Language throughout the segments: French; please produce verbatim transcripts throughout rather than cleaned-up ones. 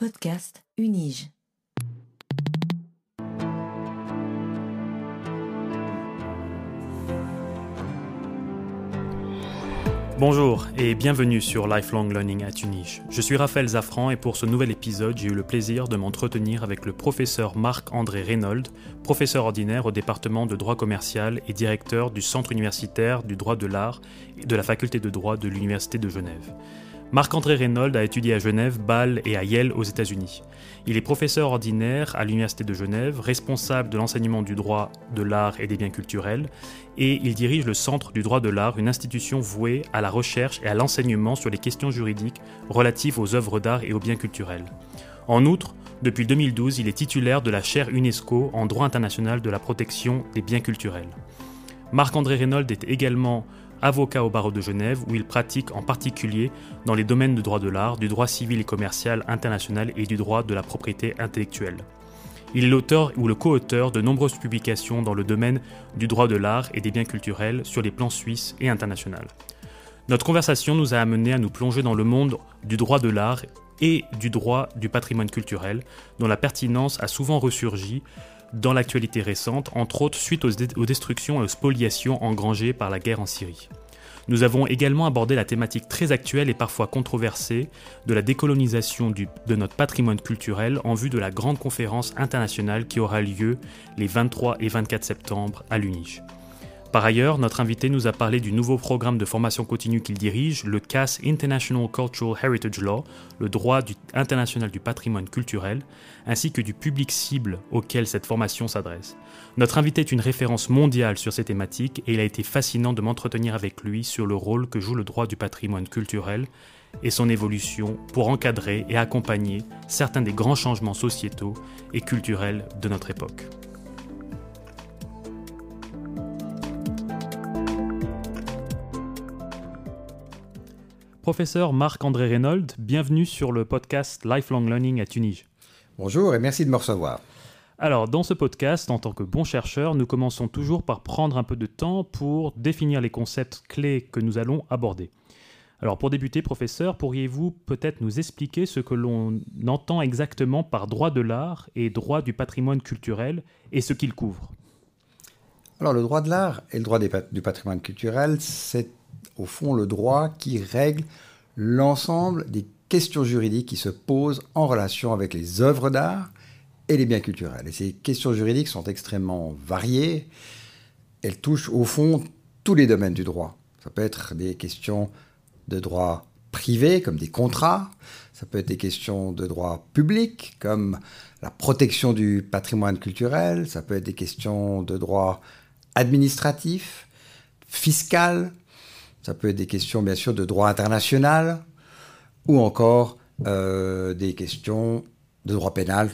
Podcast Unige. Bonjour et bienvenue sur Lifelong Learning at Unige. Je suis Raphaël Zafran et pour ce nouvel épisode, j'ai eu le plaisir de m'entretenir avec le professeur Marc-André Reynold, professeur ordinaire au département de droit commercial et directeur du Centre universitaire du droit de l'art et de la faculté de droit de l'Université de Genève. Marc-André Reynold a étudié à Genève, Bâle et à Yale aux États-Unis. Il est professeur ordinaire à l'Université de Genève, responsable de l'enseignement du droit de l'art et des biens culturels, et il dirige le Centre du droit de l'art, une institution vouée à la recherche et à l'enseignement sur les questions juridiques relatives aux œuvres d'art et aux biens culturels. En outre, depuis deux mille douze, il est titulaire de la chaire UNESCO en droit international de la protection des biens culturels. Marc-André Reynold est également avocat au barreau de Genève, où il pratique en particulier dans les domaines du droit de l'art, du droit civil et commercial international et du droit de la propriété intellectuelle. Il est l'auteur ou le co-auteur de nombreuses publications dans le domaine du droit de l'art et des biens culturels sur les plans suisses et internationaux. Notre conversation nous a amené à nous plonger dans le monde du droit de l'art et du droit du patrimoine culturel, dont la pertinence a souvent ressurgi dans l'actualité récente, entre autres suite aux, dé- aux destructions et aux spoliations engrangées par la guerre en Syrie. Nous avons également abordé la thématique très actuelle et parfois controversée de la décolonisation du, de notre patrimoine culturel en vue de la grande conférence internationale qui aura lieu les vingt-trois et vingt-quatre septembre à l'Unige. Par ailleurs, notre invité nous a parlé du nouveau programme de formation continue qu'il dirige, le C A S International Cultural Heritage Law, le droit du, international du patrimoine culturel, ainsi que du public cible auquel cette formation s'adresse. Notre invité est une référence mondiale sur ces thématiques et il a été fascinant de m'entretenir avec lui sur le rôle que joue le droit du patrimoine culturel et son évolution pour encadrer et accompagner certains des grands changements sociétaux et culturels de notre époque. Professeur Marc-André Reynold, bienvenue sur le podcast Lifelong Learning at Unige. Bonjour et merci de me recevoir. Alors, dans ce podcast, en tant que bons chercheurs, nous commençons toujours par prendre un peu de temps pour définir les concepts clés que nous allons aborder. Alors, pour débuter, professeur, pourriez-vous peut-être nous expliquer ce que l'on entend exactement par droit de l'art et droit du patrimoine culturel et ce qu'il couvre ? Alors, le droit de l'art et le droit des pat- du patrimoine culturel, c'est au fond le droit qui règle l'ensemble des questions juridiques qui se posent en relation avec les œuvres d'art et les biens culturels. Et ces questions juridiques sont extrêmement variées. Elles touchent au fond tous les domaines du droit. Ça peut être des questions de droit privé, comme des contrats. Ça peut être des questions de droit public, comme la protection du patrimoine culturel. Ça peut être des questions de droit administratif, fiscal. Ça peut être des questions, bien sûr, de droit international ou encore euh, des questions de droit pénal.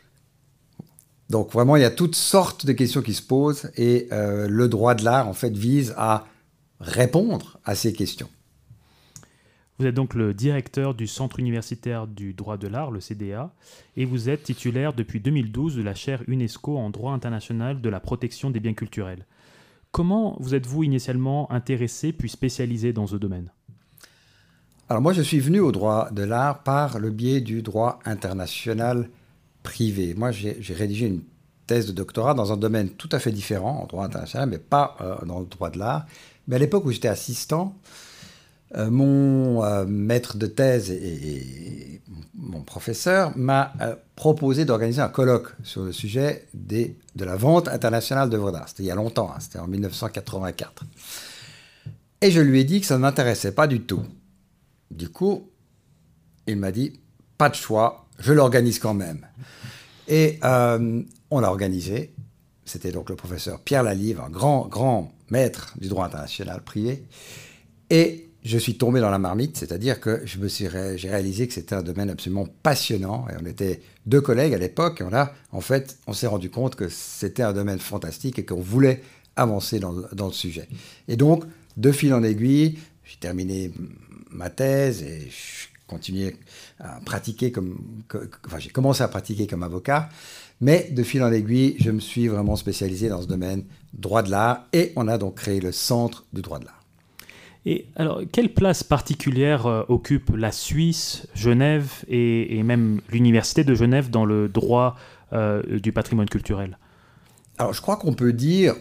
Donc, vraiment, il y a toutes sortes de questions qui se posent et euh, le droit de l'art, en fait, vise à répondre à ces questions. Vous êtes donc le directeur du Centre universitaire du droit de l'art, le C D A, et vous êtes titulaire depuis deux mille douze de la chaire UNESCO en droit international de la protection des biens culturels. Comment vous êtes-vous initialement intéressé puis spécialisé dans ce domaine ? Alors moi, je suis venu au droit de l'art par le biais du droit international privé. Moi, j'ai, j'ai rédigé une thèse de doctorat dans un domaine tout à fait différent, en droit international, mais pas euh, dans le droit de l'art. Mais à l'époque où j'étais assistant, euh, mon euh, maître de thèse et, et mon professeur m'a euh, proposé d'organiser un colloque sur le sujet des, de la vente internationale d'œuvres d'art. C'était il y a longtemps, hein, c'était en mille neuf cent quatre-vingt-quatre. Et je lui ai dit que ça ne m'intéressait pas du tout. Du coup, il m'a dit, pas de choix, je l'organise quand même. Et euh, on l'a organisé. C'était donc le professeur Pierre Lalive, un grand, grand maître du droit international privé. Et je suis tombé dans la marmite, c'est-à-dire que je me suis ré- j'ai réalisé que c'était un domaine absolument passionnant. Et on était deux collègues à l'époque, et on a, en fait, on s'est rendu compte que c'était un domaine fantastique et qu'on voulait avancer dans, dans le sujet. Et donc, de fil en aiguille, j'ai terminé ma thèse et je continuais à pratiquer comme, que, enfin, j'ai commencé à pratiquer comme avocat, mais de fil en aiguille, je me suis vraiment spécialisé dans ce domaine droit de l'art et on a donc créé le Centre du droit de l'art. Et alors, quelle place particulière euh, occupe la Suisse, Genève et, et même l'Université de Genève dans le droit euh, du patrimoine culturel ? Alors, je crois qu'on peut dire,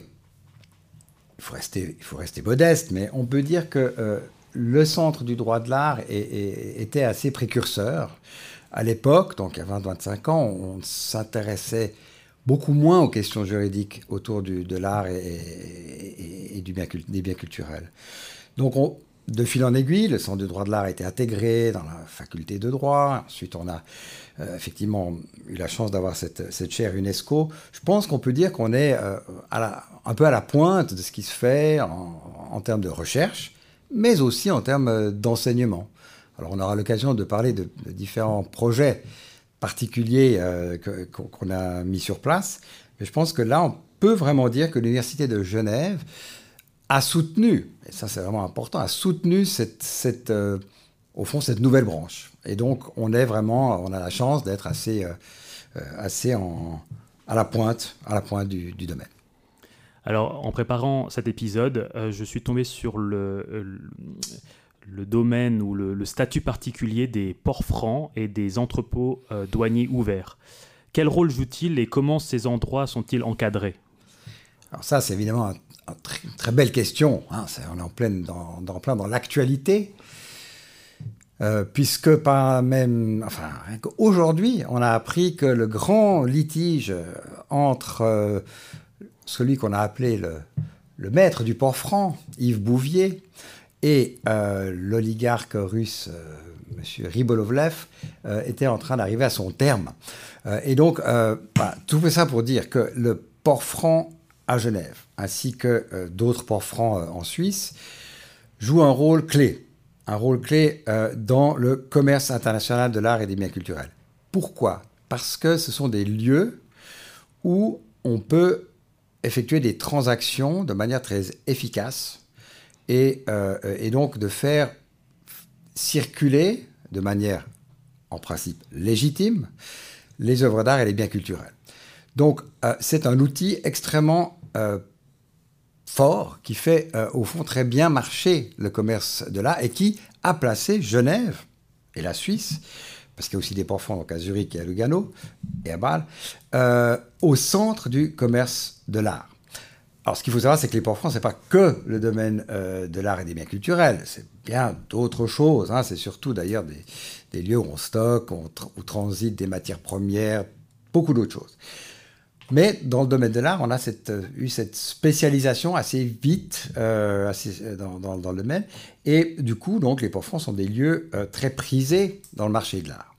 il faut rester, il faut rester modeste, mais on peut dire que euh, le Centre du droit de l'art est, est, était assez précurseur. À l'époque, donc il y a vingt à vingt-cinq ans, on s'intéressait beaucoup moins aux questions juridiques autour du, de l'art et, et, et du bien, des biens culturels. Donc, on, de fil en aiguille, le Centre du droit de l'art a été intégré dans la faculté de droit. Ensuite, on a euh, effectivement eu la chance d'avoir cette, cette chaire UNESCO. Je pense qu'on peut dire qu'on est euh, à la, un peu à la pointe de ce qui se fait en, en termes de recherche, mais aussi en termes d'enseignement. Alors, on aura l'occasion de parler de, de différents projets particuliers euh, que, qu'on a mis sur place. Mais je pense que là, on peut vraiment dire que l'Université de Genève a soutenu, et ça c'est vraiment important, a soutenu cette, cette, euh, au fond cette nouvelle branche. Et donc on est vraiment, on a la chance d'être assez, euh, assez en, à la pointe, à la pointe du, du domaine. Alors en préparant cet épisode, euh, je suis tombé sur le, le, le domaine ou le, le statut particulier des ports francs et des entrepôts euh, douaniers ouverts. Quel rôle jouent-ils et comment ces endroits sont-ils encadrés ? Alors ça c'est évidemment un Une très, très belle question, hein, c'est, on est en plein dans, dans, plein dans l'actualité, euh, puisque par même, enfin, aujourd'hui, on a appris que le grand litige entre euh, celui qu'on a appelé le, le maître du port franc, Yves Bouvier, et euh, l'oligarque russe, euh, M. Rybolovlev, euh, était en train d'arriver à son terme. Euh, et donc, euh, bah, tout ça pour dire que le port franc à Genève, ainsi que euh, d'autres ports francs euh, en Suisse, jouent un rôle clé, un rôle clé euh, dans le commerce international de l'art et des biens culturels. Pourquoi ? Parce que ce sont des lieux où on peut effectuer des transactions de manière très efficace et, euh, et donc de faire circuler de manière, en principe, légitime, les œuvres d'art et les biens culturels. Donc, euh, c'est un outil extrêmement euh, fort qui fait, euh, au fond, très bien marcher le commerce de l'art et qui a placé Genève et la Suisse, parce qu'il y a aussi des ports francs donc à Zurich et à Lugano et à Bâle, euh, au centre du commerce de l'art. Alors, ce qu'il faut savoir, c'est que les ports francs, ce n'est pas que le domaine euh, de l'art et des biens culturels, c'est bien d'autres choses. Hein. C'est surtout, d'ailleurs, des, des lieux où on stocke, où, on tra- où transitent des matières premières, beaucoup d'autres choses. Mais dans le domaine de l'art, on a cette, euh, eu cette spécialisation assez vite euh, assez, dans, dans, dans le domaine. Et du coup, donc, les ports francs sont des lieux euh, très prisés dans le marché de l'art.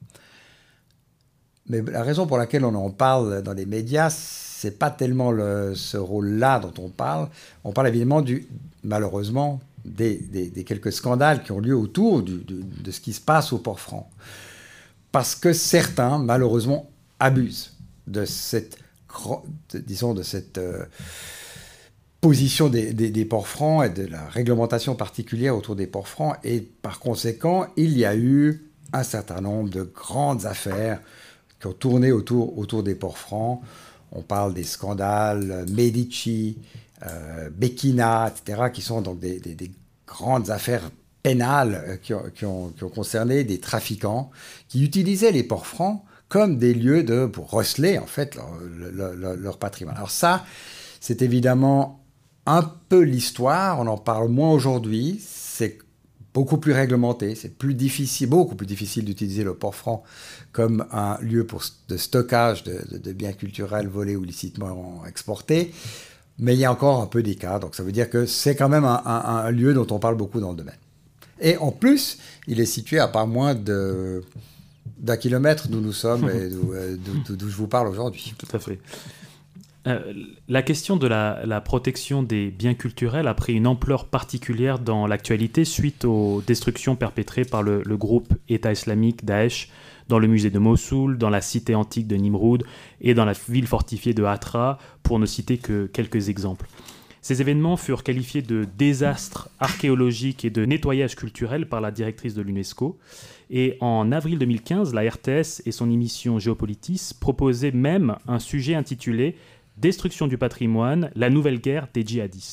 Mais la raison pour laquelle on en parle dans les médias, c'est pas tellement le, ce rôle-là dont on parle. On parle évidemment, du, malheureusement, des, des, des quelques scandales qui ont lieu autour du, du, de ce qui se passe aux ports francs. Parce que certains, malheureusement, abusent de cette disons, de cette euh, position des, des, des ports francs et de la réglementation particulière autour des ports francs. Et par conséquent, il y a eu un certain nombre de grandes affaires qui ont tourné autour, autour des ports francs. On parle des scandales Medici, euh, Becchina, et cetera, qui sont donc des, des, des grandes affaires pénales qui ont, qui, ont, qui ont concerné des trafiquants qui utilisaient les ports francs comme des lieux de, pour receler, en fait, leur, leur, leur patrimoine. Alors ça, c'est évidemment un peu l'histoire, on en parle moins aujourd'hui, c'est beaucoup plus réglementé, c'est plus difficile, beaucoup plus difficile d'utiliser le port franc comme un lieu pour, de stockage de, de, de biens culturels volés ou licitement exportés, mais il y a encore un peu des cas, donc ça veut dire que c'est quand même un, un, un lieu dont on parle beaucoup dans le domaine. Et en plus, il est situé à pas moins de... d'un kilomètre d'où nous sommes et d'où, d'où, d'où je vous parle aujourd'hui. Tout à fait. Euh, la question de la, la protection des biens culturels a pris une ampleur particulière dans l'actualité suite aux destructions perpétrées par le, le groupe État islamique Daesh dans le musée de Mossoul, dans la cité antique de Nimroud et dans la ville fortifiée de Hatra, pour ne citer que quelques exemples. Ces événements furent qualifiés de désastres archéologiques et de nettoyage culturel par la directrice de l'UNESCO. Et en avril deux mille quinze, la R T S et son émission Géopolitis proposaient même un sujet intitulé « Destruction du patrimoine, la nouvelle guerre des djihadistes ».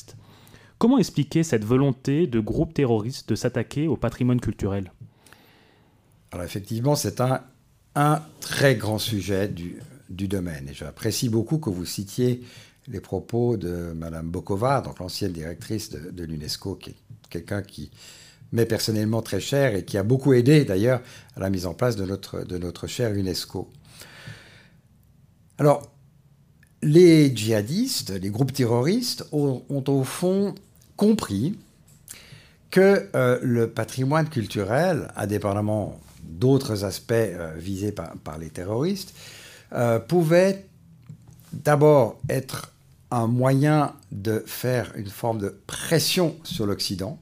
Comment expliquer cette volonté de groupes terroristes de s'attaquer au patrimoine culturel ? Alors effectivement, c'est un, un très grand sujet du, du domaine. Et j'apprécie beaucoup que vous citiez les propos de Mme Bokova, donc l'ancienne directrice de, de l'UNESCO, qui est quelqu'un qui m'est personnellement très cher et qui a beaucoup aidé d'ailleurs à la mise en place de notre, de notre chère UNESCO. Alors, les djihadistes, les groupes terroristes ont, ont au fond compris que euh, le patrimoine culturel, indépendamment d'autres aspects euh, visés par, par les terroristes, euh, pouvait d'abord être un moyen de faire une forme de pression sur l'Occident,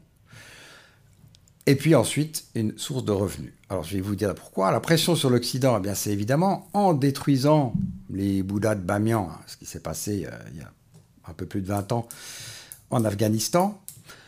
et puis ensuite une source de revenus. Alors je vais vous dire pourquoi. La pression sur l'Occident, eh bien, c'est évidemment en détruisant les Bouddhas de Bamiyan, hein, ce qui s'est passé euh, il y a un peu plus de vingt ans en Afghanistan,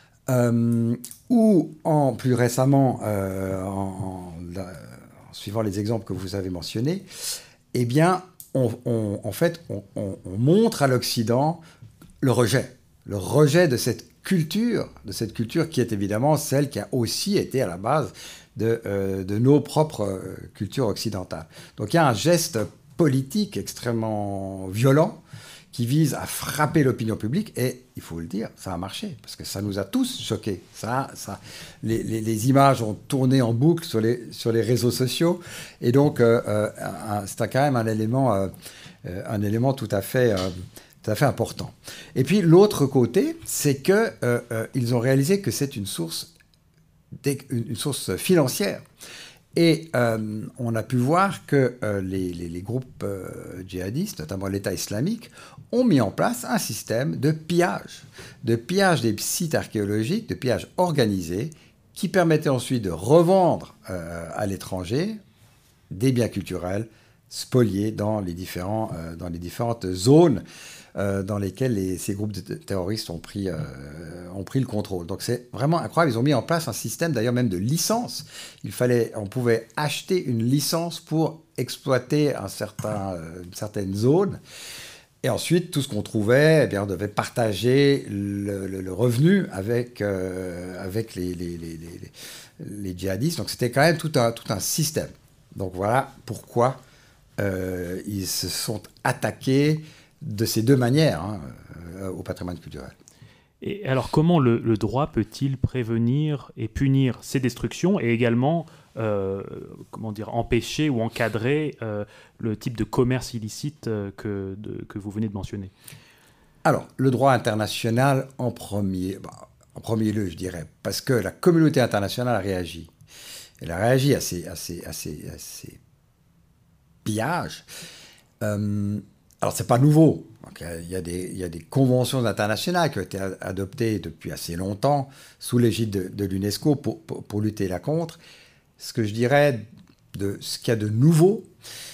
euh, ou en, plus récemment, euh, en, en, en suivant les exemples que vous avez mentionnés, eh bien, on, on, en fait, on, on, on montre à l'Occident le rejet, le rejet de cette culture, de cette culture qui est évidemment celle qui a aussi été à la base de, euh, de nos propres euh, cultures occidentales. Donc il y a un geste politique extrêmement violent qui vise à frapper l'opinion publique, et il faut le dire, ça a marché, parce que ça nous a tous choqués. Ça, ça, les, les, les images ont tourné en boucle sur les, sur les réseaux sociaux, et donc euh, euh, c'est quand même un élément, euh, un élément tout à fait... Euh, tout à fait important. Et puis l'autre côté, c'est qu'ils euh, euh, ont réalisé que c'est une source, une source financière. Et euh, on a pu voir que euh, les, les, les groupes euh, djihadistes, notamment l'État islamique, ont mis en place un système de pillage, de pillage des sites archéologiques, de pillage organisé, qui permettait ensuite de revendre euh, à l'étranger des biens culturels spoliés dans les, différents, euh, dans les différentes zones Euh, dans lesquels les, ces groupes de terroristes ont pris, euh, ont pris le contrôle. Donc c'est vraiment incroyable. Ils ont mis en place un système d'ailleurs même de licence. Il fallait, on pouvait acheter une licence pour exploiter un certain, euh, une certaine zone. Et ensuite, tout ce qu'on trouvait, eh bien, on devait partager le, le, le revenu avec, euh, avec les, les, les, les, les djihadistes. Donc c'était quand même tout un, tout un système. Donc voilà pourquoi euh, ils se sont attaqués de ces deux manières hein, euh, au patrimoine culturel. Et alors, comment le, le droit peut-il prévenir et punir ces destructions et également euh, comment dire, empêcher ou encadrer euh, le type de commerce illicite euh, que, de, que vous venez de mentionner ? Alors, le droit international en premier, bah, en premier lieu, je dirais, parce que la communauté internationale a réagi. Elle a réagi à ces, à ces, à ces, à ces pillages. Euh, Alors, ce n'est pas nouveau. Donc, il, y a des, il y a des conventions internationales qui ont été adoptées depuis assez longtemps sous l'égide de, de l'UNESCO pour, pour, pour lutter là contre. Ce que je dirais de ce qu'il y a de nouveau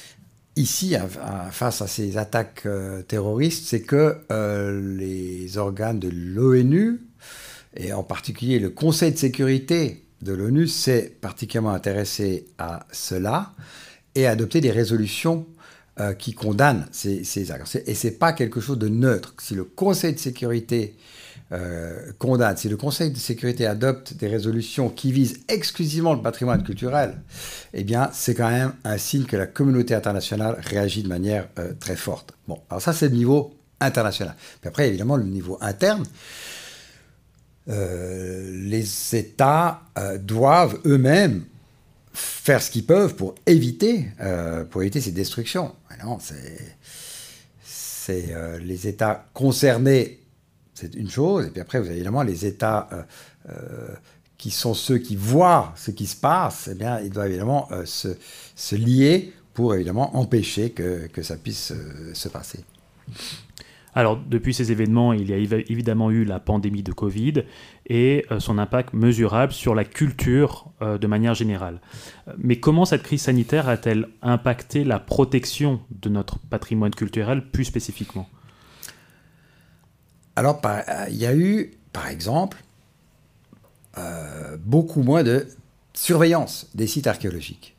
ici, à, à, face à ces attaques euh, terroristes, c'est que euh, les organes de l'ONU, et en particulier le Conseil de sécurité de l'ONU, s'est particulièrement intéressé à cela et a adopté des résolutions Euh, qui condamne ces, ces actes. Et ce n'est pas quelque chose de neutre. Si le Conseil de sécurité euh, condamne, si le Conseil de sécurité adopte des résolutions qui visent exclusivement le patrimoine culturel, eh bien, c'est quand même un signe que la communauté internationale réagit de manière euh, très forte. Bon, alors ça, c'est le niveau international. Puis après, évidemment, le niveau interne, euh, les États euh, doivent eux-mêmes faire ce qu'ils peuvent pour éviter, euh, pour éviter ces destructions. Non, c'est, c'est euh, les États concernés, c'est une chose, et puis après, vous avez évidemment les États euh, euh, qui sont ceux qui voient ce qui se passe, eh bien, ils doivent évidemment euh, se, se lier pour évidemment empêcher que, que ça puisse euh, se passer. Alors, depuis ces événements, il y a évidemment eu la pandémie de Covid et euh, son impact mesurable sur la culture euh, de manière générale. Mais comment cette crise sanitaire a-t-elle impacté la protection de notre patrimoine culturel plus spécifiquement ? Alors, par, il y a eu, par exemple, euh, beaucoup moins de surveillance des sites archéologiques.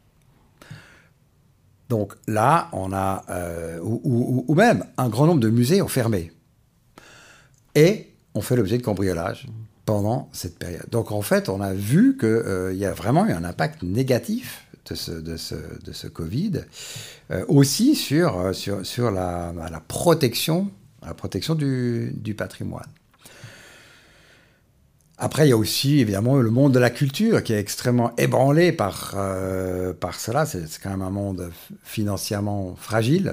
Donc là, on a, euh, ou, ou, ou même un grand nombre de musées ont fermé. Et ont fait l'objet de cambriolages pendant cette période. Donc en fait, on a vu qu'il euh, y a vraiment eu un impact négatif de ce, de ce, de ce Covid, euh, aussi sur, sur, sur la, la protection, la protection du, du patrimoine. Après, il y a aussi évidemment le monde de la culture qui est extrêmement ébranlé par, euh, par cela. C'est, c'est quand même un monde financièrement fragile.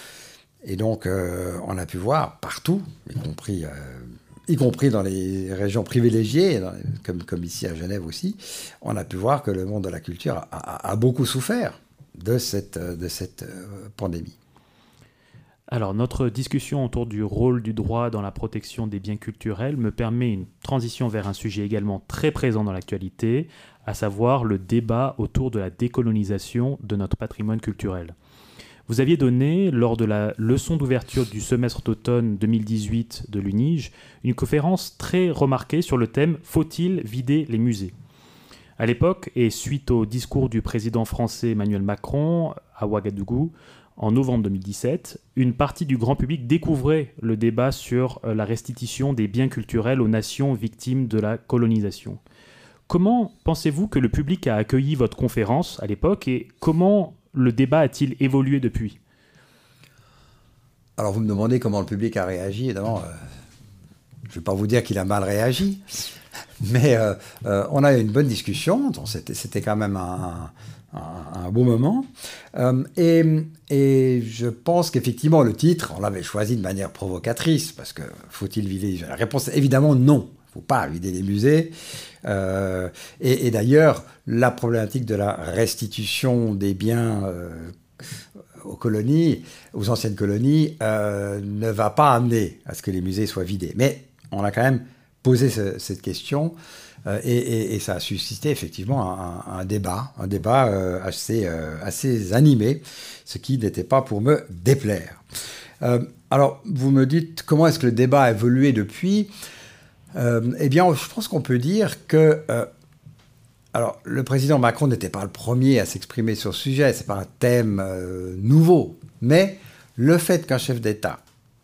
Et donc, euh, on a pu voir partout, y compris, euh, y compris dans les régions privilégiées, dans les, comme, comme ici à Genève aussi, on a pu voir que le monde de la culture a, a, a beaucoup souffert de cette, de cette euh, pandémie. Alors, notre discussion autour du rôle du droit dans la protection des biens culturels me permet une transition vers un sujet également très présent dans l'actualité, à savoir le débat autour de la décolonisation de notre patrimoine culturel. Vous aviez donné, lors de la leçon d'ouverture du semestre d'automne deux mille dix-huit de l'U N I G, une conférence très remarquée sur le thème « Faut-il vider les musées ?» À l'époque, et suite au discours du président français Emmanuel Macron à Ouagadougou, en novembre deux mille dix-sept, une partie du grand public découvrait le débat sur la restitution des biens culturels aux nations victimes de la colonisation. Comment pensez-vous que le public a accueilli votre conférence à l'époque et comment le débat a-t-il évolué depuis ? Alors vous me demandez comment le public a réagi. Évidemment, euh, je ne vais pas vous dire qu'il a mal réagi, mais euh, euh, on a eu une bonne discussion. Donc c'était, c'était quand même un... un, un beau moment. Euh, et, et je pense qu'effectivement, le titre, on l'avait choisi de manière provocatrice, parce que faut-il vider ? La réponse est évidemment non. Il ne faut pas vider les musées. Euh, et, et d'ailleurs, la problématique de la restitution des biens euh, aux colonies, aux anciennes colonies, euh, ne va pas amener à ce que les musées soient vidés. Mais on a quand même posé ce, cette question. Euh, et, et, et ça a suscité effectivement un, un débat, un débat euh, assez, euh, assez animé, ce qui n'était pas pour me déplaire. Euh, alors, vous me dites comment est-ce que le débat a évolué depuis ? euh, Eh bien, je pense qu'on peut dire que euh, alors, le président Macron n'était pas le premier à s'exprimer sur ce sujet, ce n'est pas un thème euh, nouveau, mais le fait qu'un chef d'État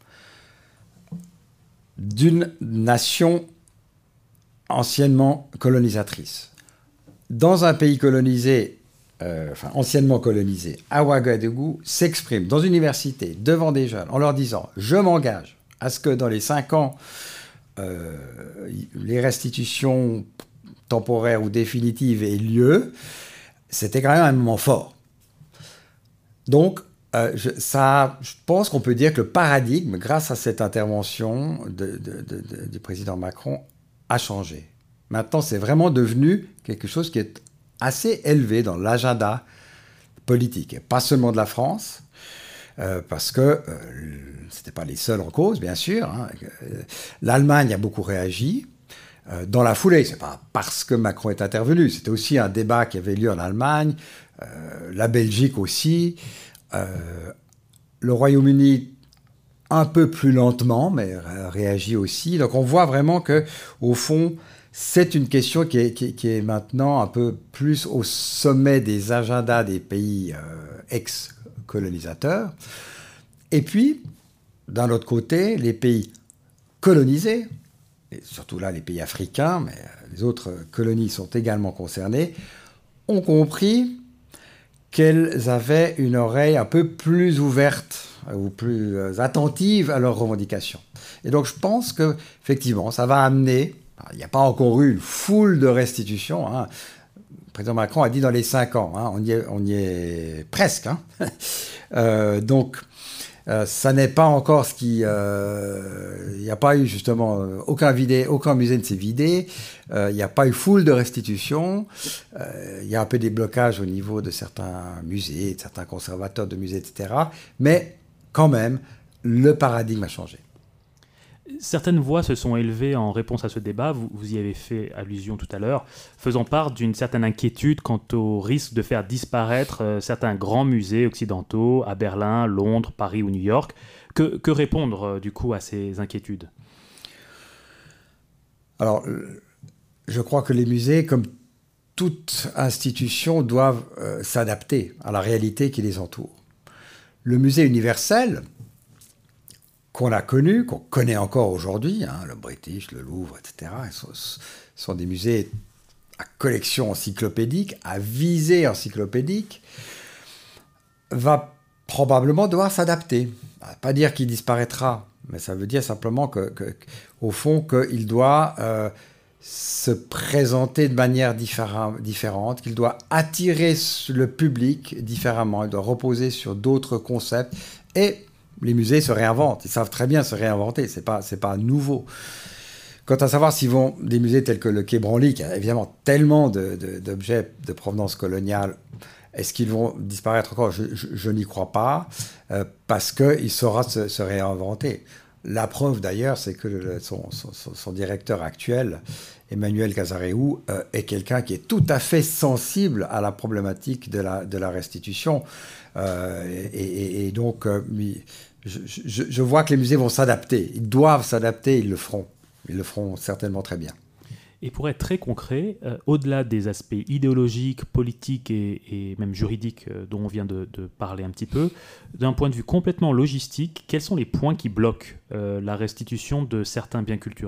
d'une nation anciennement colonisatrice, dans un pays colonisé, euh, enfin anciennement colonisé, à Ouagadougou, s'exprime dans une université, devant des jeunes, en leur disant « Je m'engage à ce que dans les cinq ans, euh, les restitutions temporaires ou définitives aient lieu », c'était quand même un moment fort. Donc, euh, je, ça, je pense qu'on peut dire que le paradigme, grâce à cette intervention de, de, de, de, du président Macron, a changé. Maintenant, c'est vraiment devenu quelque chose qui est assez élevé dans l'agenda politique. Et pas seulement de la France, euh, parce que euh, ce n'étaient pas les seuls en cause, bien sûr. Hein. L'Allemagne a beaucoup réagi. Euh, dans la foulée, ce n'est pas parce que Macron est intervenu. C'était aussi un débat qui avait lieu en Allemagne, euh, la Belgique aussi, euh, le Royaume-Uni un peu plus lentement, mais réagit aussi. Donc on voit vraiment que, au fond, c'est une question qui est, qui, qui est maintenant un peu plus au sommet des agendas des pays euh, ex-colonisateurs. Et puis, d'un autre côté, les pays colonisés, et surtout là les pays africains, mais les autres colonies sont également concernées, ont compris qu'elles avaient une oreille un peu plus ouverte ou plus attentive à leurs revendications. Et donc je pense qu'effectivement, ça va amener, il n'y a pas encore eu une foule de restitutions, hein. Le président Macron a dit dans les cinq ans, hein, on, y est, on y est presque. Hein. euh, donc euh, ça n'est pas encore ce qui... Il euh, n'y a pas eu justement aucun, vidé, aucun musée ne s'est vidé, il euh, n'y a pas eu foule de restitutions, il euh, y a un peu des blocages au niveau de certains musées, de certains conservateurs de musées, et cetera. Mais quand même, le paradigme a changé. Certaines voix se sont élevées en réponse à ce débat, vous, vous y avez fait allusion tout à l'heure, faisant part d'une certaine inquiétude quant au risque de faire disparaître euh, certains grands musées occidentaux à Berlin, Londres, Paris ou New York. Que, que répondre euh, du coup à ces inquiétudes ? Alors, je crois que les musées, comme toute institution, doivent euh, s'adapter à la réalité qui les entoure. Le musée universel, qu'on a connus, qu'on connaît encore aujourd'hui, hein, le British, le Louvre, et cetera, sont, sont des musées à collection encyclopédique, à visée encyclopédique, va probablement devoir s'adapter. Ça ne veut pas dire qu'il disparaîtra, mais ça veut dire simplement que, que, au fond, qu'il doit euh, se présenter de manière différa- différente, qu'il doit attirer le public différemment, il doit reposer sur d'autres concepts. Et les musées se réinventent, ils savent très bien se réinventer, ce n'est pas, c'est pas nouveau. Quant à savoir s'ils vont, des musées tels que le Quai Branly, qui a évidemment tellement de, de, d'objets de provenance coloniale, est-ce qu'ils vont disparaître encore? Je, je, je n'y crois pas, euh, parce qu'il saura se, se réinventer. La preuve d'ailleurs, c'est que le, son, son, son directeur actuel, Emmanuel Casaréou, euh, est quelqu'un qui est tout à fait sensible à la problématique de la, de la restitution. Euh, et, et, et donc, euh, je, je, je vois que les musées vont s'adapter. Ils doivent s'adapter, ils le feront. Ils le feront certainement très bien. Et pour être très concret, euh, au-delà des aspects idéologiques, politiques et, et même juridiques euh, dont on vient de, de parler un petit peu, d'un point de vue complètement logistique, quels sont les points qui bloquent euh, la restitution de certains biens culturels ?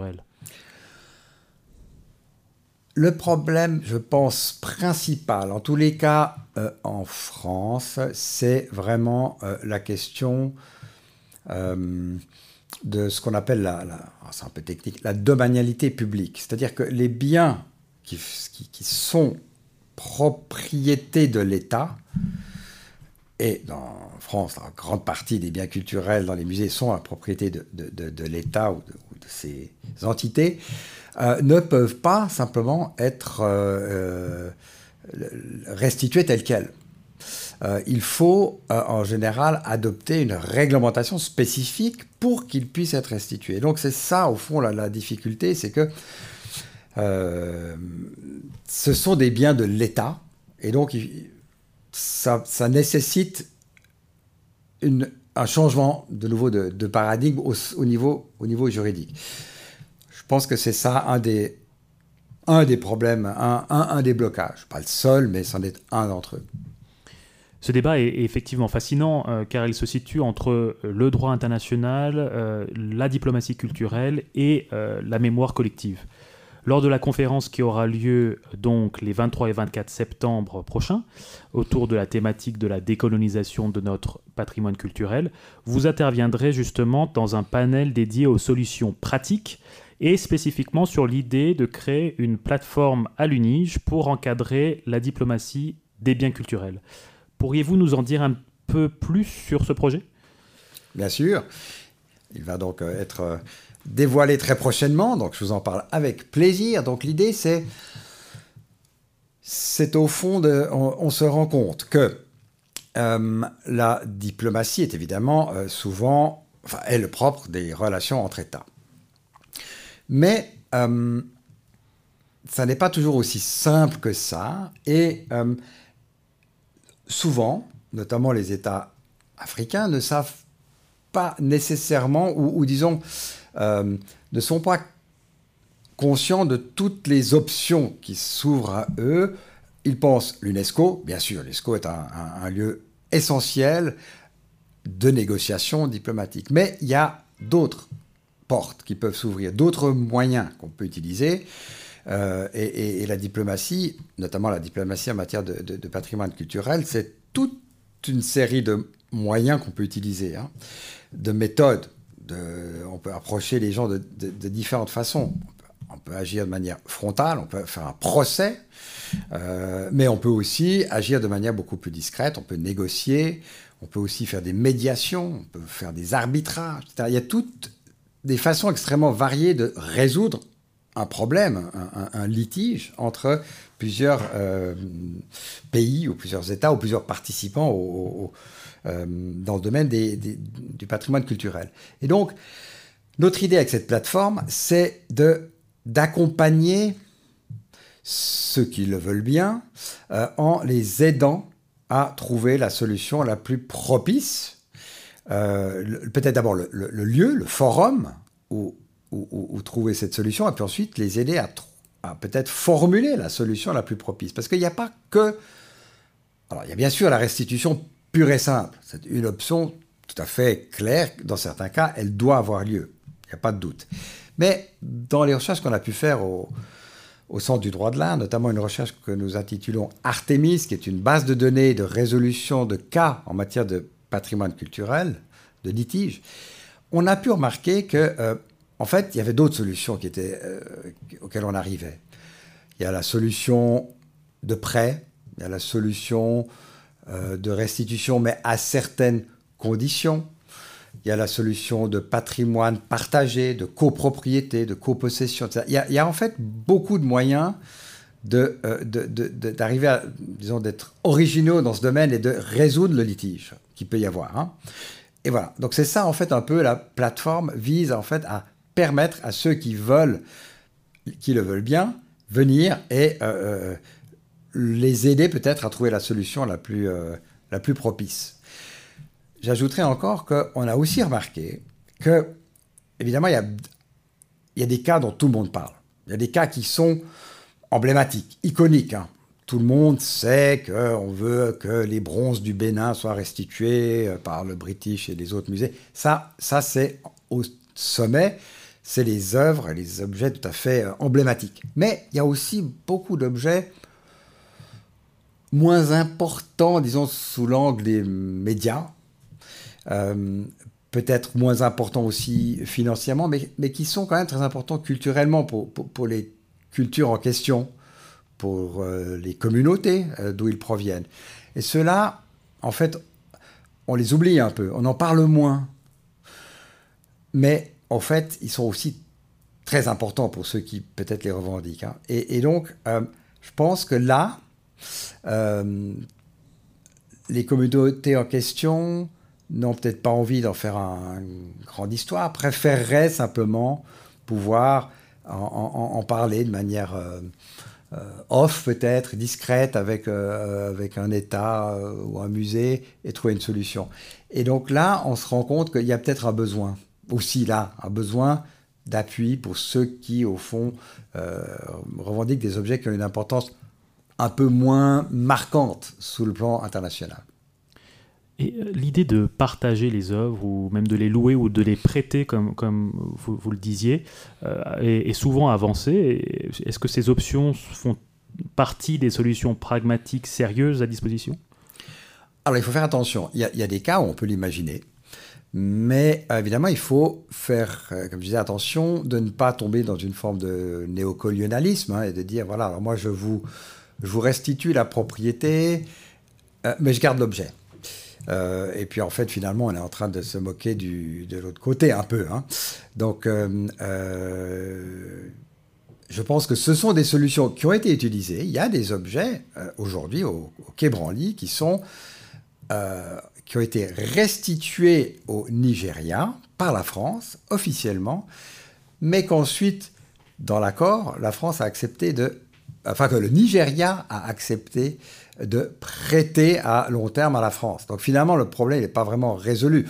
Le problème, je pense, principal, en tous les cas euh, en France, c'est vraiment euh, la question euh, de ce qu'on appelle, la, la, c'est un peu technique, la domanialité publique. C'est-à-dire que les biens qui, qui, qui sont propriété de l'État, et en France, la grande partie des biens culturels dans les musées sont la propriété de, de, de, de l'État ou de, ou de ses entités, euh, ne peuvent pas simplement être euh, euh, restitués tels quels. Euh, il faut euh, en général adopter une réglementation spécifique pour qu'ils puissent être restitués. Donc c'est ça, au fond, la, la difficulté, c'est que euh, ce sont des biens de l'État, et donc il, ça, ça nécessite une, un changement de nouveau de, de paradigme au, au, niveau, au niveau juridique. Je pense que c'est ça un des, un des problèmes, un, un, un des blocages. Pas le seul, mais c'en est un d'entre eux. Ce débat est effectivement fascinant euh, car il se situe entre le droit international, euh, la diplomatie culturelle et euh, la mémoire collective. Lors de la conférence qui aura lieu donc les vingt-trois et vingt-quatre septembre prochains, autour de la thématique de la décolonisation de notre patrimoine culturel, vous interviendrez justement dans un panel dédié aux solutions pratiques et spécifiquement sur l'idée de créer une plateforme à l'U N I G E pour encadrer la diplomatie des biens culturels. Pourriez-vous nous en dire un peu plus sur ce projet ? Bien sûr. Il va donc être dévoilé très prochainement, donc je vous en parle avec plaisir. Donc l'idée, c'est, c'est au fond, de, on, on se rend compte que euh, la diplomatie est évidemment euh, souvent, enfin, est le propre des relations entre États. Mais euh, ça n'est pas toujours aussi simple que ça, et euh, souvent, notamment les États africains, ne savent pas nécessairement, ou, ou disons, euh, ne sont pas conscients de toutes les options qui s'ouvrent à eux. Ils pensent l'UNESCO, bien sûr, l'UNESCO est un, un, un lieu essentiel de négociation diplomatique. Mais il y a d'autres portes qui peuvent s'ouvrir, d'autres moyens qu'on peut utiliser. Euh, et, et, et la diplomatie, notamment la diplomatie en matière de, de, de patrimoine culturel, c'est toute une série de moyens qu'on peut utiliser, hein, de méthodes. De, on peut approcher les gens de, de, de différentes façons. On peut, on peut agir de manière frontale, on peut faire un procès, euh, mais on peut aussi agir de manière beaucoup plus discrète, on peut négocier, on peut aussi faire des médiations, on peut faire des arbitrages, et cetera. Il y a toutes des façons extrêmement variées de résoudre un problème, un, un, un litige entre plusieurs euh, pays ou plusieurs États ou plusieurs participants au, au, euh, dans le domaine des, des, du patrimoine culturel. Et donc, notre idée avec cette plateforme, c'est de, d'accompagner ceux qui le veulent bien euh, en les aidant à trouver la solution la plus propice. Euh, le, peut-être d'abord le, le, le lieu, le forum où Ou, ou, ou trouver cette solution, et puis ensuite les aider à, à peut-être formuler la solution la plus propice. Parce qu'il n'y a pas que... Alors, il y a bien sûr la restitution pure et simple. C'est une option tout à fait clair, dans certains cas, elle doit avoir lieu. Il n'y a pas de doute. Mais dans les recherches qu'on a pu faire au, au Centre du droit de l'Inde, notamment une recherche que nous intitulons Artemis, qui est une base de données de résolution de cas en matière de patrimoine culturel, de litige, on a pu remarquer que, euh, en fait, il y avait d'autres solutions qui étaient, euh, auxquelles on arrivait. Il y a la solution de prêt, il y a la solution euh, de restitution, mais à certaines conditions. Il y a la solution de patrimoine partagé, de copropriété, de copossession, et cetera. Il y a, il y a en fait beaucoup de moyens de, euh, de, de, de, d'arriver à, disons, d'être originaux dans ce domaine et de résoudre le litige qu'il peut y avoir. Hein. Et voilà. Donc c'est ça, en fait, un peu, la plateforme vise, en fait, à permettre à ceux qui veulent, qui le veulent bien, venir et euh, euh, les aider peut-être à trouver la solution la plus, euh, la plus propice. J'ajouterais encore qu'on a aussi remarqué que, évidemment, il y a, il y a des cas dont tout le monde parle. Il y a des cas qui sont emblématiques, iconiques. Hein. Tout le monde sait qu'on veut que les bronzes du Bénin soient restitués par le British et les autres musées. Ça, ça c'est au sommet, c'est les œuvres et les objets tout à fait emblématiques. Mais il y a aussi beaucoup d'objets moins importants, disons, sous l'angle des médias, euh, peut-être moins importants aussi financièrement, mais, mais qui sont quand même très importants culturellement pour, pour, pour les cultures en question, pour euh, les communautés euh, d'où ils proviennent. Et ceux-là, en fait, on les oublie un peu, on en parle moins. Mais en fait, ils sont aussi très importants pour ceux qui peut-être les revendiquent. Hein. Et, et donc, euh, je pense que là, euh, les communautés en question n'ont peut-être pas envie d'en faire un, une grande histoire, préféreraient simplement pouvoir en, en, en parler de manière euh, euh, off peut-être, discrète avec, euh, avec un État euh, ou un musée et trouver une solution. Et donc là, on se rend compte qu'il y a peut-être un besoin, aussi là, un besoin d'appui pour ceux qui, au fond, euh, revendiquent des objets qui ont une importance un peu moins marquante sous le plan international. Et l'idée de partager les œuvres, ou même de les louer ou de les prêter, comme, comme vous, vous le disiez, euh, est, est souvent avancée. Est-ce que ces options font partie des solutions pragmatiques sérieuses à disposition ? Alors, il faut faire attention. Il y a, il y a des cas où on peut l'imaginer. Mais euh, évidemment, il faut faire, euh, comme je disais, attention de ne pas tomber dans une forme de néocolonialisme hein, et de dire, voilà, alors moi, je vous, je vous restitue la propriété, euh, mais je garde l'objet. Euh, et puis en fait, finalement, on est en train de se moquer du, de l'autre côté un peu. Hein. Donc, euh, euh, je pense que ce sont des solutions qui ont été utilisées. Il y a des objets euh, aujourd'hui au, au Quai Branly qui, sont, euh, qui ont été restitués au Nigeria par la France, officiellement, mais qu'ensuite, dans l'accord, la France a accepté de... Enfin, que le Nigeria a accepté de prêter à long terme à la France. Donc finalement, le problème n'est pas vraiment résolu.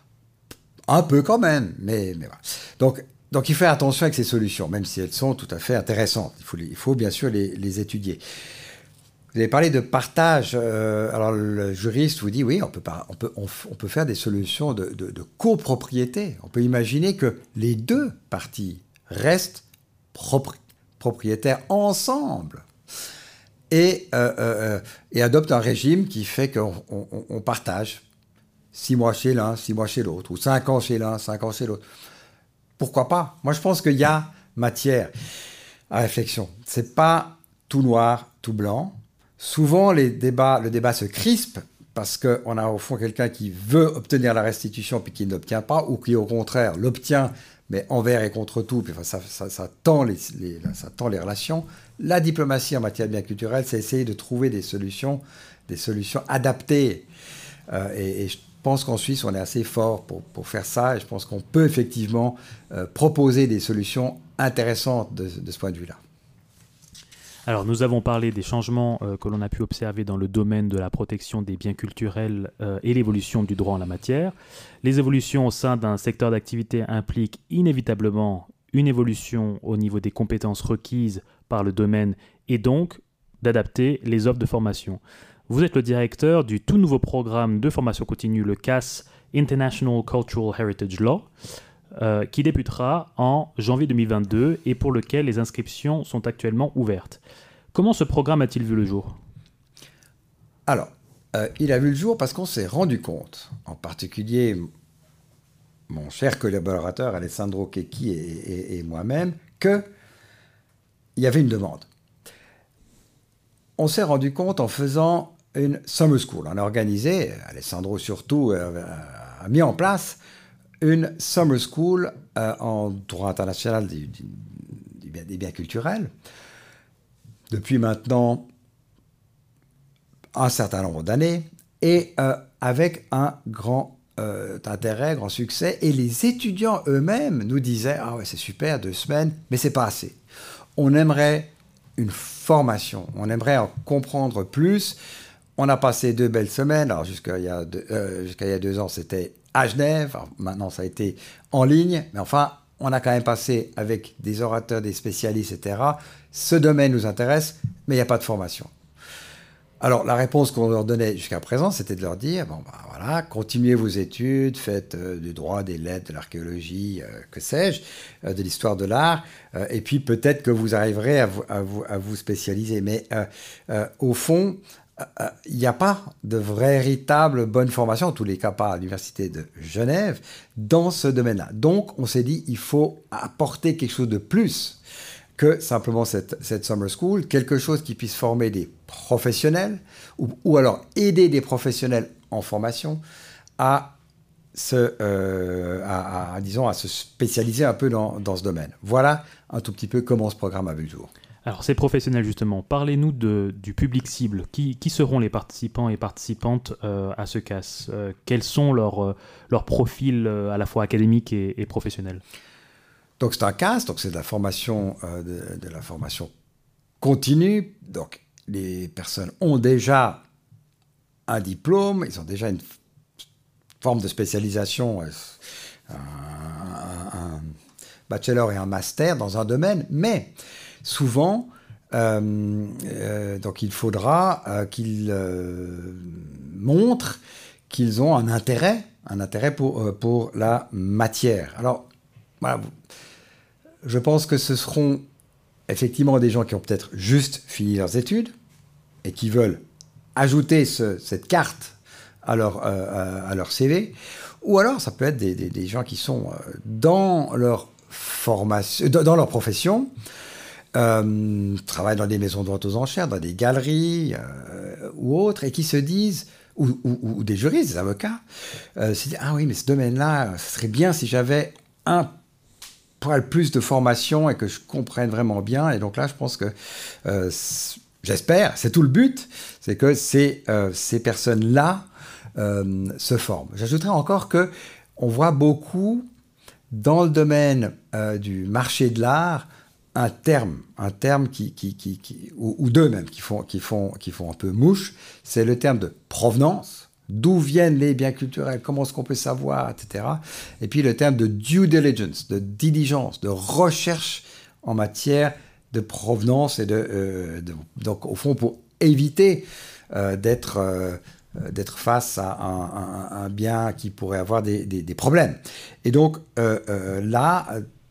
Un peu quand même, mais, mais voilà. Donc, donc il faut faire attention avec ces solutions, même si elles sont tout à fait intéressantes. Il faut, il faut bien sûr les, les étudier. Vous avez parlé de partage. Euh, alors le juriste vous dit, oui, on peut, pas, on peut, on, on peut faire des solutions de, de, de copropriété. On peut imaginer que les deux parties restent propri- propriétaires ensemble. Et, euh, euh, et adopte un régime qui fait qu'on on, on partage six mois chez l'un, six mois chez l'autre, ou cinq ans chez l'un, cinq ans chez l'autre. Pourquoi pas ? Moi, je pense qu'il y a matière à réflexion. C'est pas tout noir, tout blanc. Souvent, les débats, le débat se crispe parce qu'on a au fond quelqu'un qui veut obtenir la restitution puis qui ne l'obtient pas, ou qui, au contraire, l'obtient, mais envers et contre tout, puis ça, ça, ça, tend les, les, ça tend les relations. La diplomatie en matière de biens culturels, c'est essayer de trouver des solutions, des solutions adaptées. Euh, et, et je pense qu'en Suisse, on est assez fort pour, pour faire ça. Et je pense qu'on peut effectivement euh, proposer des solutions intéressantes de, de ce point de vue-là. Alors, nous avons parlé des changements euh, que l'on a pu observer dans le domaine de la protection des biens culturels euh, et l'évolution du droit en la matière. Les évolutions au sein d'un secteur d'activité impliquent inévitablement une évolution au niveau des compétences requises par le domaine et donc d'adapter les offres de formation. Vous êtes le directeur du tout nouveau programme de formation continue, le C A S, International Cultural Heritage Law, euh, qui débutera en janvier deux mille vingt-deux et pour lequel les inscriptions sont actuellement ouvertes. Comment ce programme a-t-il vu le jour ? Alors, euh, il a vu le jour parce qu'on s'est rendu compte, en particulier mon cher collaborateur Alessandro Checchi et, et, et moi-même, qu'il y avait une demande. On s'est rendu compte en faisant une summer school. On a organisé, Alessandro surtout euh, a mis en place une summer school euh, en droit international des, des, des biens culturels. Depuis maintenant un certain nombre d'années, et euh, avec un grand euh, intérêt, grand succès. Et les étudiants eux-mêmes nous disaient « Ah ouais, c'est super, deux semaines, mais c'est pas assez. On aimerait une formation, on aimerait en comprendre plus. » On a passé deux belles semaines. Alors jusqu'à il y a deux, euh, jusqu'à il y a deux ans, c'était à Genève. Alors, maintenant, ça a été en ligne. Mais enfin, on a quand même passé avec des orateurs, des spécialistes, et cetera. Ce domaine nous intéresse, mais il n'y a pas de formation. Alors, la réponse qu'on leur donnait jusqu'à présent, c'était de leur dire, bon, ben voilà, continuez vos études, faites euh, du droit, des lettres, de l'archéologie, euh, que sais-je, euh, de l'histoire de l'art, euh, et puis peut-être que vous arriverez à vous, à vous, à vous spécialiser. Mais euh, euh, au fond, il euh, n'y a pas de véritable bonne formation, en tous les cas pas à l'Université de Genève, dans ce domaine-là. Donc, on s'est dit, il faut apporter quelque chose de plus que simplement cette, cette summer school, quelque chose qui puisse former des professionnels ou, ou alors aider des professionnels en formation à se, euh, à, à, disons, à se spécialiser un peu dans, dans ce domaine. Voilà un tout petit peu comment ce programme a vu le jour. Alors ces professionnels justement, parlez-nous de, du public cible. Qui, qui seront les participants et participantes euh, à ce C A S euh, Quels sont leurs, euh, leurs profils euh, à la fois académiques et, et professionnels ? Donc c'est un C A S, donc c'est de la formation, euh, de, de la formation continue. Donc les personnes ont déjà un diplôme, ils ont déjà une forme de spécialisation, un, un, un bachelor et un master dans un domaine, mais souvent, euh, euh, donc il faudra euh, qu'ils euh, montrent qu'ils ont un intérêt, un intérêt pour, euh, pour la matière. Alors voilà. Je pense que ce seront effectivement des gens qui ont peut-être juste fini leurs études et qui veulent ajouter ce, cette carte à leur, euh, à leur C V. Ou alors, ça peut être des, des, des gens qui sont dans leur formation, dans leur profession, euh, travaillent dans des maisons de vente aux enchères, dans des galeries euh, ou autres, et qui se disent, ou, ou, ou des juristes, des avocats, euh, se disent, ah oui, mais ce domaine-là, ce serait bien si j'avais un plus de formation et que je comprenne vraiment bien. Et donc là, je pense que, euh, j'espère, c'est tout le but, c'est que ces, euh, ces personnes-là euh, se forment. J'ajouterais encore qu'on voit beaucoup dans le domaine euh, du marché de l'art un terme, un terme qui, qui, qui, qui ou, ou deux même, qui font, qui, font, qui font un peu mouche, c'est le terme de provenance. D'où viennent les biens culturels, comment est-ce qu'on peut savoir, et cetera. Et puis le terme de due diligence, de diligence, de recherche en matière de provenance et de, euh, de donc au fond pour éviter euh, d'être euh, d'être face à un, un, un bien qui pourrait avoir des, des, des problèmes. Et donc euh, euh, là,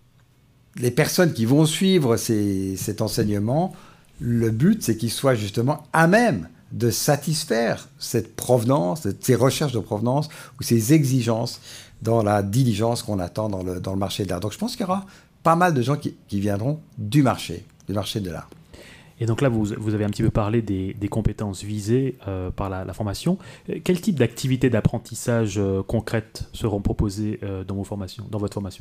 les personnes qui vont suivre ces, cet enseignement, le but c'est qu'ils soient justement à même de satisfaire cette provenance, ces recherches de provenance ou ces exigences dans la diligence qu'on attend dans le, dans le marché de l'art. Donc je pense qu'il y aura pas mal de gens qui, qui viendront du marché, du marché de l'art. Et donc là, vous, vous avez un petit peu parlé des, des compétences visées euh, par la, la formation. Quel type d'activités d'apprentissage euh, concrètes seront proposées euh, dans, vos formations, dans votre formation ?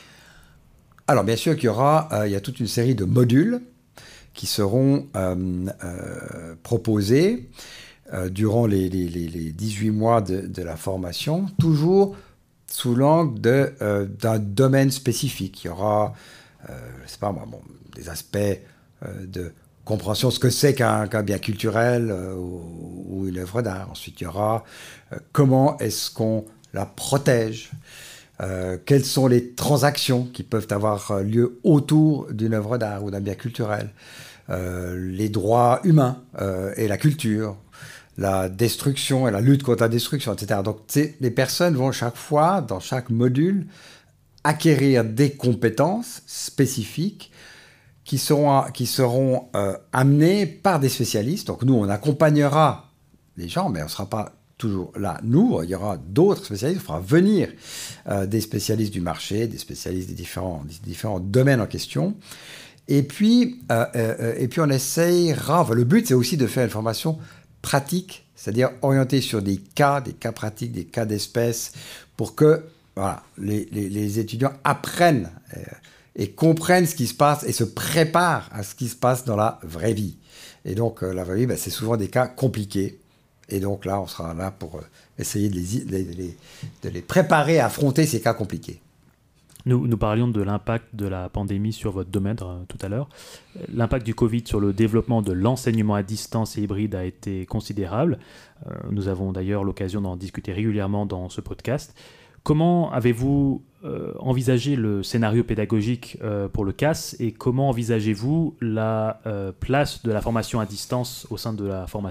Alors bien sûr qu'il y aura, euh, il y a toute une série de modules qui seront euh, euh, proposés euh, durant les, les, les dix-huit mois de, de la formation, toujours sous l'angle de, euh, d'un domaine spécifique. Il y aura, euh, je sais pas moi, bon, des aspects euh, de compréhension de ce que c'est qu'un, qu'un bien culturel euh, ou, ou une œuvre d'art. Ensuite, il y aura euh, comment est-ce qu'on la protège. Euh, quelles sont les transactions qui peuvent avoir lieu autour d'une œuvre d'art ou d'un bien culturel, euh, les droits humains euh, et la culture, la destruction et la lutte contre la destruction, et cetera. Donc, les personnes vont chaque fois, dans chaque module, acquérir des compétences spécifiques qui seront, qui seront euh, amenées par des spécialistes. Donc, nous, on accompagnera les gens, mais on ne sera pas toujours là. Nous, il y aura d'autres spécialistes, on fera venir euh, des spécialistes du marché, des spécialistes des différents, des différents domaines en question. Et puis, euh, euh, et puis on essayera, enfin, le but, c'est aussi de faire une formation pratique, c'est-à-dire orientée sur des cas, des cas pratiques, des cas d'espèces, pour que voilà, les, les, les étudiants apprennent euh, et comprennent ce qui se passe et se préparent à ce qui se passe dans la vraie vie. Et donc, euh, la vraie vie, ben, c'est souvent des cas compliqués. Et donc là, on sera là pour euh, essayer de les, de, les, de les préparer à affronter ces cas compliqués. Nous, nous parlions de l'impact de la pandémie sur votre domaine euh, tout à l'heure. L'impact du Covid sur le développement de l'enseignement à distance et hybride a été considérable. Euh, nous avons d'ailleurs l'occasion d'en discuter régulièrement dans ce podcast. Comment avez-vous euh, envisagé le scénario pédagogique euh, pour le C A S et comment envisagez-vous la euh, place de la formation à distance au sein de la formation ?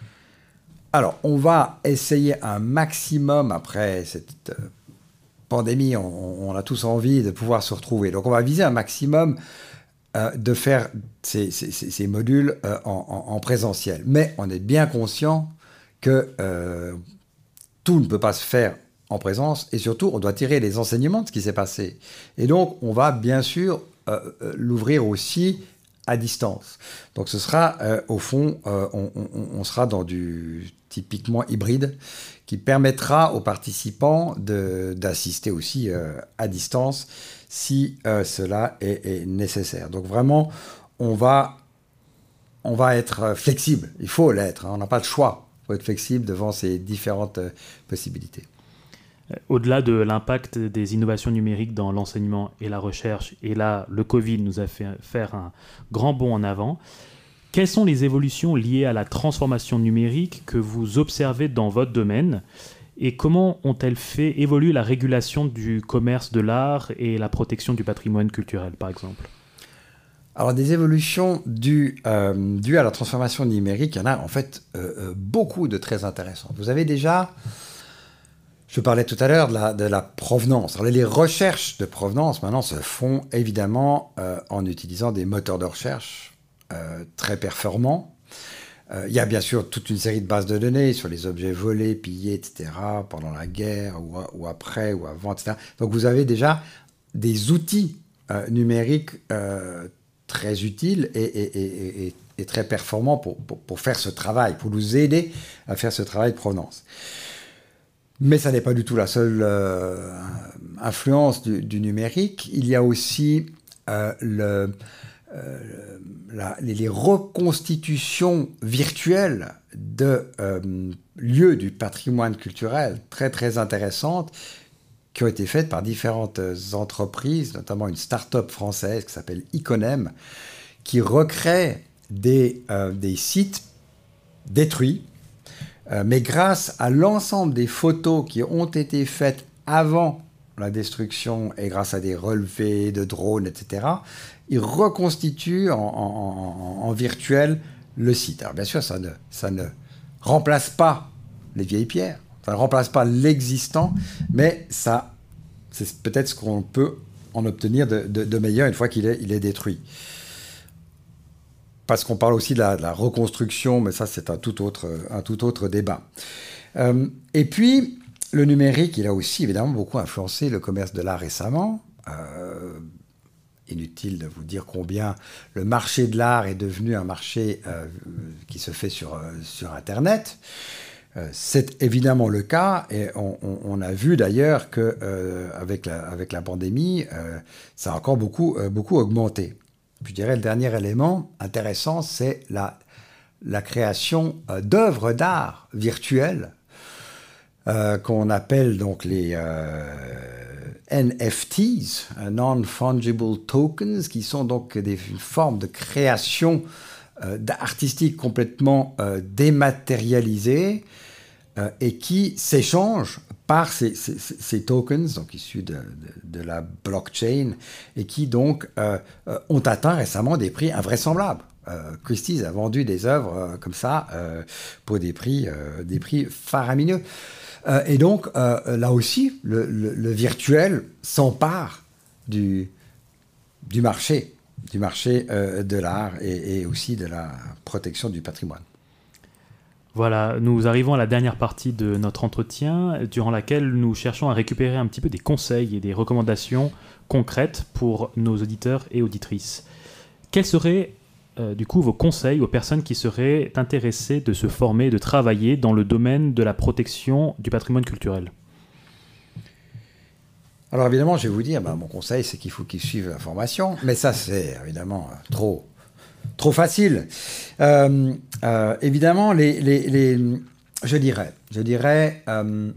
Alors, on va essayer un maximum après cette... Euh, pandémie, on, on a tous envie de pouvoir se retrouver. Donc, on va viser un maximum euh, de faire ces, ces, ces modules euh, en, en, en présentiel. Mais on est bien conscient que euh, tout ne peut pas se faire en présence et surtout, on doit tirer les enseignements de ce qui s'est passé. Et donc, on va bien sûr euh, l'ouvrir aussi à distance. Donc, ce sera, euh, au fond, euh, on, on, on sera dans du typiquement hybride qui permettra aux participants de, d'assister aussi euh, à distance si euh, cela est, est nécessaire. Donc vraiment, on va, on va être flexible. Il faut l'être, hein, on n'a pas le choix. Il faut être flexible devant ces différentes euh, possibilités. Au-delà de l'impact des innovations numériques dans l'enseignement et la recherche, et là, le Covid nous a fait faire un grand bond en avant, quelles sont les évolutions liées à la transformation numérique que vous observez dans votre domaine et comment ont-elles fait évoluer la régulation du commerce de l'art et la protection du patrimoine culturel, par exemple ? Alors, des évolutions dues, euh, dues à la transformation numérique, il y en a en fait euh, euh, beaucoup de très intéressantes. Vous avez déjà, je parlais tout à l'heure de la, de la provenance. Alors, les recherches de provenance maintenant se font évidemment euh, en utilisant des moteurs de recherche Euh, très performant. Euh, il y a bien sûr toute une série de bases de données sur les objets volés, pillés, et cetera, pendant la guerre ou, ou après ou avant, et cetera. Donc vous avez déjà des outils euh, numériques euh, très utiles et, et, et, et, et très performants pour, pour, pour faire ce travail, pour nous aider à faire ce travail de provenance. Mais ça n'est pas du tout la seule euh, influence du, du numérique. Il y a aussi euh, le... Euh, la, les, les reconstitutions virtuelles de euh, lieux du patrimoine culturel très très intéressantes qui ont été faites par différentes entreprises, notamment une start-up française qui s'appelle Iconem, qui recrée des, euh, des sites détruits, euh, mais grâce à l'ensemble des photos qui ont été faites avant la destruction et grâce à des relevés de drones, et cetera, ils reconstituent en, en, en, en virtuel le site. Alors bien sûr, ça ne, ça ne remplace pas les vieilles pierres, ça ne remplace pas l'existant, mais ça, c'est peut-être ce qu'on peut en obtenir de, de, de meilleur une fois qu'il est, il est détruit. Parce qu'on parle aussi de la, de la reconstruction, mais ça, c'est un tout autre, un tout autre débat. Euh, et puis, le numérique, il a aussi évidemment beaucoup influencé le commerce de l'art récemment. Euh, inutile de vous dire combien le marché de l'art est devenu un marché euh, qui se fait sur, euh, sur Internet. Euh, c'est évidemment le cas et on, on, on a vu d'ailleurs qu'avec euh, la, avec la pandémie, euh, ça a encore beaucoup, euh, beaucoup augmenté. Je dirais le dernier élément intéressant, c'est la, la création euh, d'œuvres d'art virtuelles Euh, qu'on appelle donc les euh, N F Ts, Non-Fungible Tokens, qui sont donc des, une forme de création euh, artistique complètement euh, dématérialisée euh, et qui s'échangent par ces, ces, ces tokens, donc issus de, de, de la blockchain, et qui donc euh, ont atteint récemment des prix invraisemblables. euh, Christie's a vendu des œuvres euh, comme ça euh, pour des prix, euh, des prix faramineux. Euh, et donc, euh, là aussi, le, le, le virtuel s'empare du, du marché, du marché euh, de l'art et, et aussi de la protection du patrimoine. Voilà, nous arrivons à la dernière partie de notre entretien, durant laquelle nous cherchons à récupérer un petit peu des conseils et des recommandations concrètes pour nos auditeurs et auditrices. Quels seraient euh, du coup vos conseils aux personnes qui seraient intéressées de se former, de travailler dans le domaine de la protection du patrimoine culturel ? Alors évidemment, je vais vous dire, ben, mon conseil, c'est qu'il faut qu'ils suivent la formation, mais ça, c'est évidemment trop... Trop facile. Euh, euh, évidemment, les, les, les, je dirais, je dirais euh,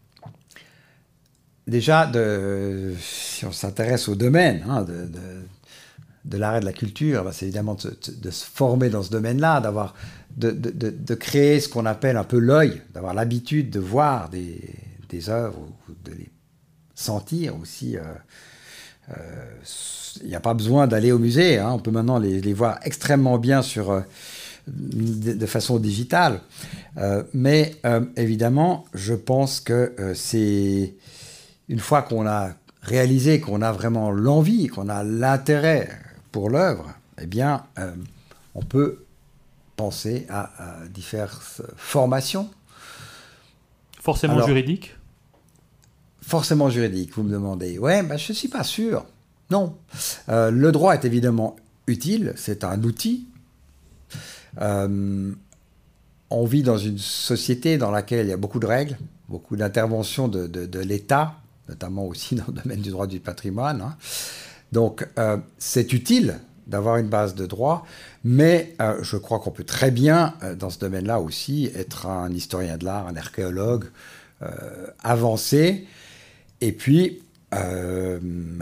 déjà, de, si on s'intéresse au domaine hein, de, de, de l'art et de la culture, ben c'est évidemment de, de se former dans ce domaine-là, d'avoir, de, de, de, de créer ce qu'on appelle un peu l'œil, d'avoir l'habitude de voir des, des œuvres, ou de les sentir aussi. Euh, euh, Il n'y a pas besoin d'aller au musée, hein. On peut maintenant les, les voir extrêmement bien sur, euh, de, de façon digitale. Euh, mais euh, évidemment, je pense que euh, c'est une fois qu'on a réalisé qu'on a vraiment l'envie, qu'on a l'intérêt pour l'œuvre, eh bien, euh, on peut penser à, à diverses formations. Forcément Alors, juridique ? Forcément juridique, vous me demandez. Ouais, ben, je ne suis pas sûr. Non. Euh, le droit est évidemment utile, c'est un outil. Euh, on vit dans une société dans laquelle il y a beaucoup de règles, beaucoup d'interventions de, de, de l'État, notamment aussi dans le domaine du droit du patrimoine. Hein. Donc, euh, c'est utile d'avoir une base de droit, mais euh, je crois qu'on peut très bien, euh, dans ce domaine-là aussi, être un historien de l'art, un archéologue euh, avancé, et puis... Euh,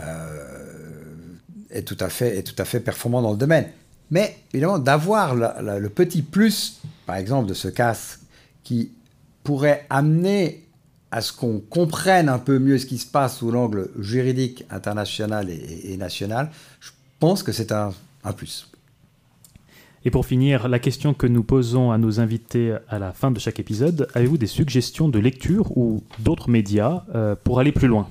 euh, est, tout à fait, est tout à fait performant dans le domaine. Mais évidemment, d'avoir la, la, le petit plus, par exemple, de ce casque qui pourrait amener à ce qu'on comprenne un peu mieux ce qui se passe sous l'angle juridique international et, et, et national, je pense que c'est un, un plus. Et pour finir, la question que nous posons à nos invités à la fin de chaque épisode, avez-vous des suggestions de lecture ou d'autres médias euh, pour aller plus loin ?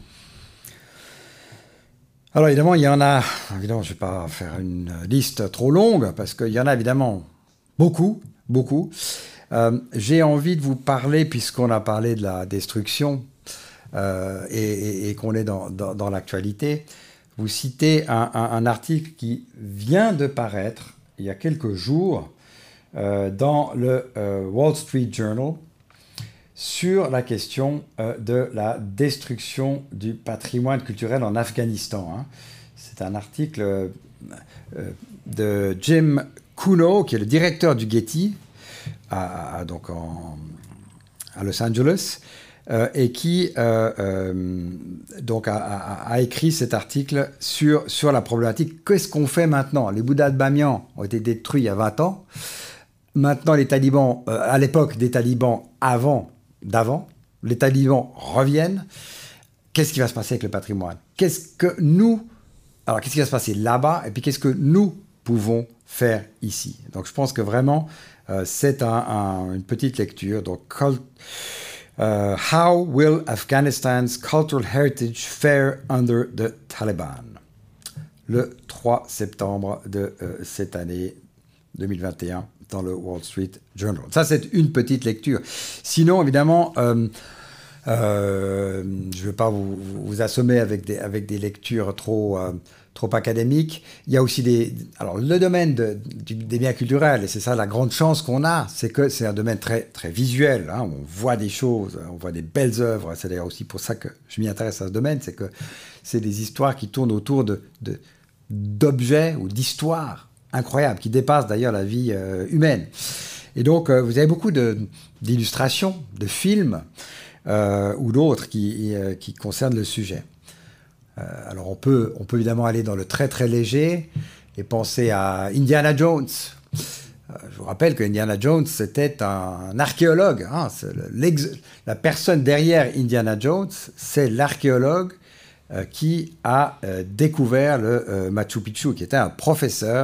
Alors évidemment, il y en a, évidemment, je ne vais pas faire une liste trop longue, parce qu'il y en a évidemment beaucoup, beaucoup. Euh, j'ai envie de vous parler, puisqu'on a parlé de la destruction euh, et, et, et qu'on est dans, dans, dans l'actualité, vous citer un, un, un article qui vient de paraître il y a quelques jours euh, dans le euh, Wall Street Journal, sur la question euh, de la destruction du patrimoine culturel en Afghanistan. Hein. C'est un article euh, euh, de Jim Kuno, qui est le directeur du Getty, à, à, donc en, à Los Angeles, euh, et qui euh, euh, donc a, a, a écrit cet article sur, sur la problématique. Qu'est-ce qu'on fait maintenant ? Les Bouddhas de Bamiyan ont été détruits il y a vingt ans. Maintenant, les talibans, euh, à l'époque des talibans avant, d'avant, les talibans reviennent. Qu'est-ce qui va se passer avec le patrimoine ? Qu'est-ce que nous... Alors, qu'est-ce qui va se passer là-bas ? Et puis, qu'est-ce que nous pouvons faire ici ? Donc, je pense que vraiment, euh, c'est un, un, une petite lecture. Donc, cult, uh, How will Afghanistan's cultural heritage fare under the Taliban ? Le trois septembre de euh, cette année deux mille vingt et un. Dans le Wall Street Journal. Ça, c'est une petite lecture. Sinon, évidemment, euh, euh, je ne veux pas vous, vous assommer avec des, avec des lectures trop, euh, trop académiques. Il y a aussi des... Alors, le domaine de, du, des biens culturels, et c'est ça la grande chance qu'on a, c'est que c'est un domaine très, très visuel. Hein, on voit des choses, on voit des belles œuvres. C'est d'ailleurs aussi pour ça que je m'y intéresse à ce domaine, c'est que c'est des histoires qui tournent autour de, de, d'objets ou d'histoires incroyable, qui dépasse d'ailleurs la vie euh, humaine. Et donc, euh, vous avez beaucoup de, d'illustrations, de films euh, ou d'autres qui, euh, qui concernent le sujet. Euh, alors, on peut, on peut évidemment aller dans le très très léger et penser à Indiana Jones. Euh, je vous rappelle que Indiana Jones, c'était un archéologue. Hein, c'est le, la personne derrière Indiana Jones, c'est l'archéologue euh, qui a euh, découvert le euh, Machu Picchu, qui était un professeur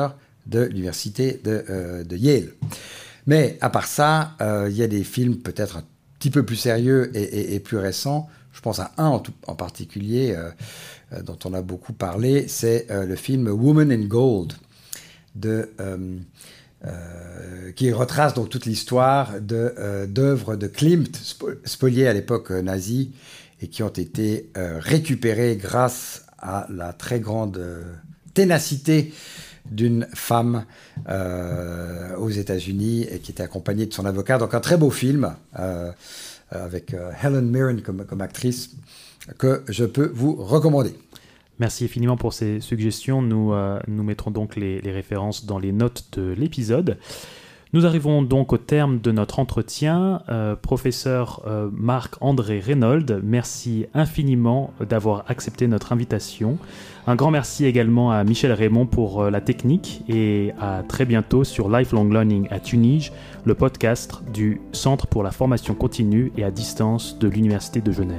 de l'université de, euh, de Yale. Mais à part ça, euh, il y a des films peut-être un petit peu plus sérieux et, et, et plus récents. Je pense à un en, tout, en particulier euh, euh, dont on a beaucoup parlé, c'est euh, le film Woman in Gold, de, euh, euh, qui retrace donc toute l'histoire de, euh, d'œuvres de Klimt, spoliées à l'époque nazie, et qui ont été euh, récupérées grâce à la très grande euh, ténacité d'une femme euh, aux États-Unis et qui était accompagnée de son avocat. Donc un très beau film euh, avec euh, Helen Mirren comme, comme actrice que je peux vous recommander. Merci infiniment pour ces suggestions. Nous, euh, nous mettrons donc les, les références dans les notes de l'épisode. Nous arrivons donc au terme de notre entretien. Euh, professeur euh, Marc-André Reynolds, merci infiniment d'avoir accepté notre invitation. Un grand merci également à Michel Raymond pour euh, la technique et à très bientôt sur Lifelong Learning à Tunis, le podcast du Centre pour la formation continue et à distance de l'Université de Genève.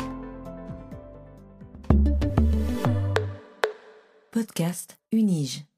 Podcast Unige.